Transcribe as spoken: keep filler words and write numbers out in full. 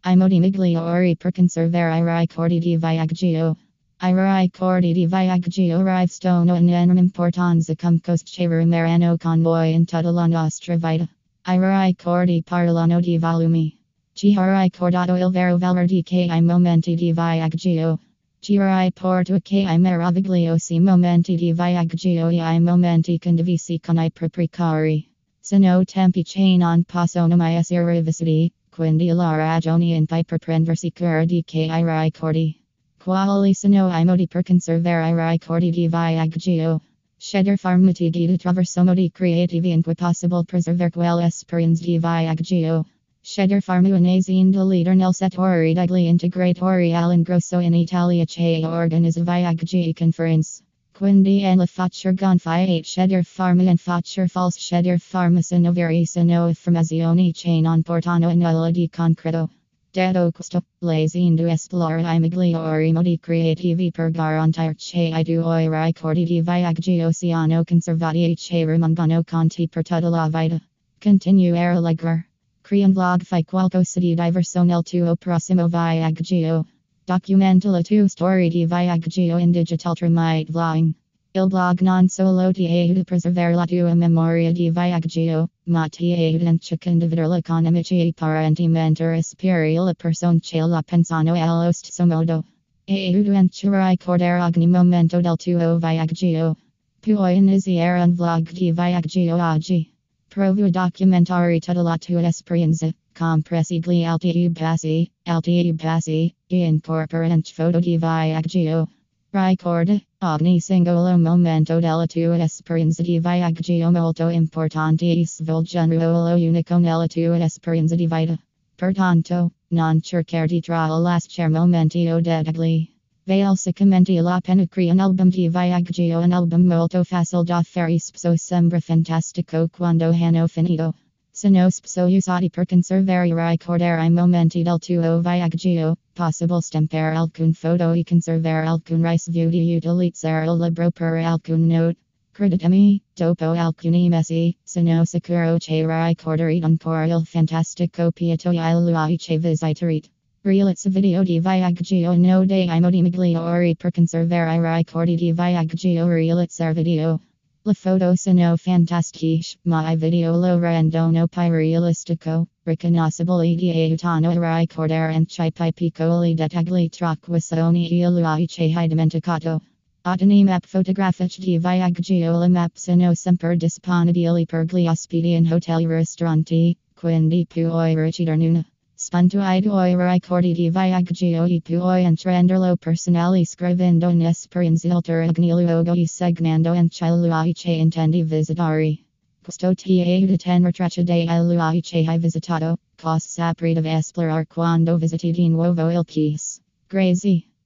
Imo di migliori per conservare i ricordi di viaggio. I ricordi di viaggio rivestono in importanza come costierimerano con voi in tutta la nostra vita. I ricordi parlano di volumi. Ci hai ricordato il vero valore che i momenti di viaggio. Ci riporto che i meravigliosi momenti di viaggio e i momenti condivisi con i propri cari. Sono tempi che non possono mai essere rivisiti, quindi la ragione in cui per prendersi cura di che i ricordi. Quali sono i modi per conservare i ricordi di viaggio? Sceder farmati attraverso modi creativi in cui possible preservare quell'esperienza di viaggio. Scheder farmu un'azienda leader nel settore degli integratori all'ingrosso in Italia che organizza viaggi conference. Quindi en la faccia gonfiate scheder farmu en faccia false scheder farmu sono veri sono affermazioni che non portano nulla di concreto. Detto questo, l'azienda esplora I migliori modi creativi per garantire che I tuoi ricordi di viaggio siano conservati e che rimangano con te per tutta la vita. Continuare allegre. Crea un vlog fai qualcosa di diverso nel tuo prossimo viaggio. Documenta la tua storia di viaggio in digital tramite vlogging. Il blog non solo ti aiuta a preservare la tua memoria di viaggio, ma ti aiuta anche a condividerla con amici e parenti mentre ispiri la persona che la pensano allo stesso modo. Aiuta anche a ricordare ogni momento del tuo viaggio. Puoi iniziare un vlog di viaggio oggi. Provi a documentare tutta la tua esperienza, compresi gli alti e bassi, alti e bassi, e incorpora anche foto di viaggio. Ricorda, ogni singolo momento della tua esperienza di viaggio molto importante e svolge un ruolo unico nella tua esperienza di vita. Pertanto, non cercare di tralasciare momenti o dettagli. Vale sicuramente la pena crea un album di viaggio un album molto facile da fare spesso sembra fantastico quando hanno finito. Sono spesso usati per conservare e ricordare I momenti del tuo viaggio, possible stampare alcune foto e conservare alcune ricevute di utilizzare il libro per alcune note. Credetemi, dopo alcuni mesi, sono sicuro che ricorderete ancora il fantastico piatto e lui che visiterete. Realizza video di viaggio no dei modi migliori per conservare I ricordi di viaggio realizzare video. Le foto sono fantastiche, ma I video lo rendono più realistico, riconoscibile e aiutano a ricordare anche i piccoli dettagli tra questioni e lui che hai dimenticato. Otteni map fotografici di viaggio le map sono sempre disponibili per gli ospiti in hotel e ristoranti, quindi puoi richiederne una. Spunto I tuoi ricordi di viaggio e puoi renderlo personale scrivendo un'esperienza alter ogni luogo e segnando anche lui che intendi visitare. Questo ti aiuta a tenere traccia dei lui che hai visitato, cosa sapere di esplorare quando visiti di nuovo il paese. Grazie.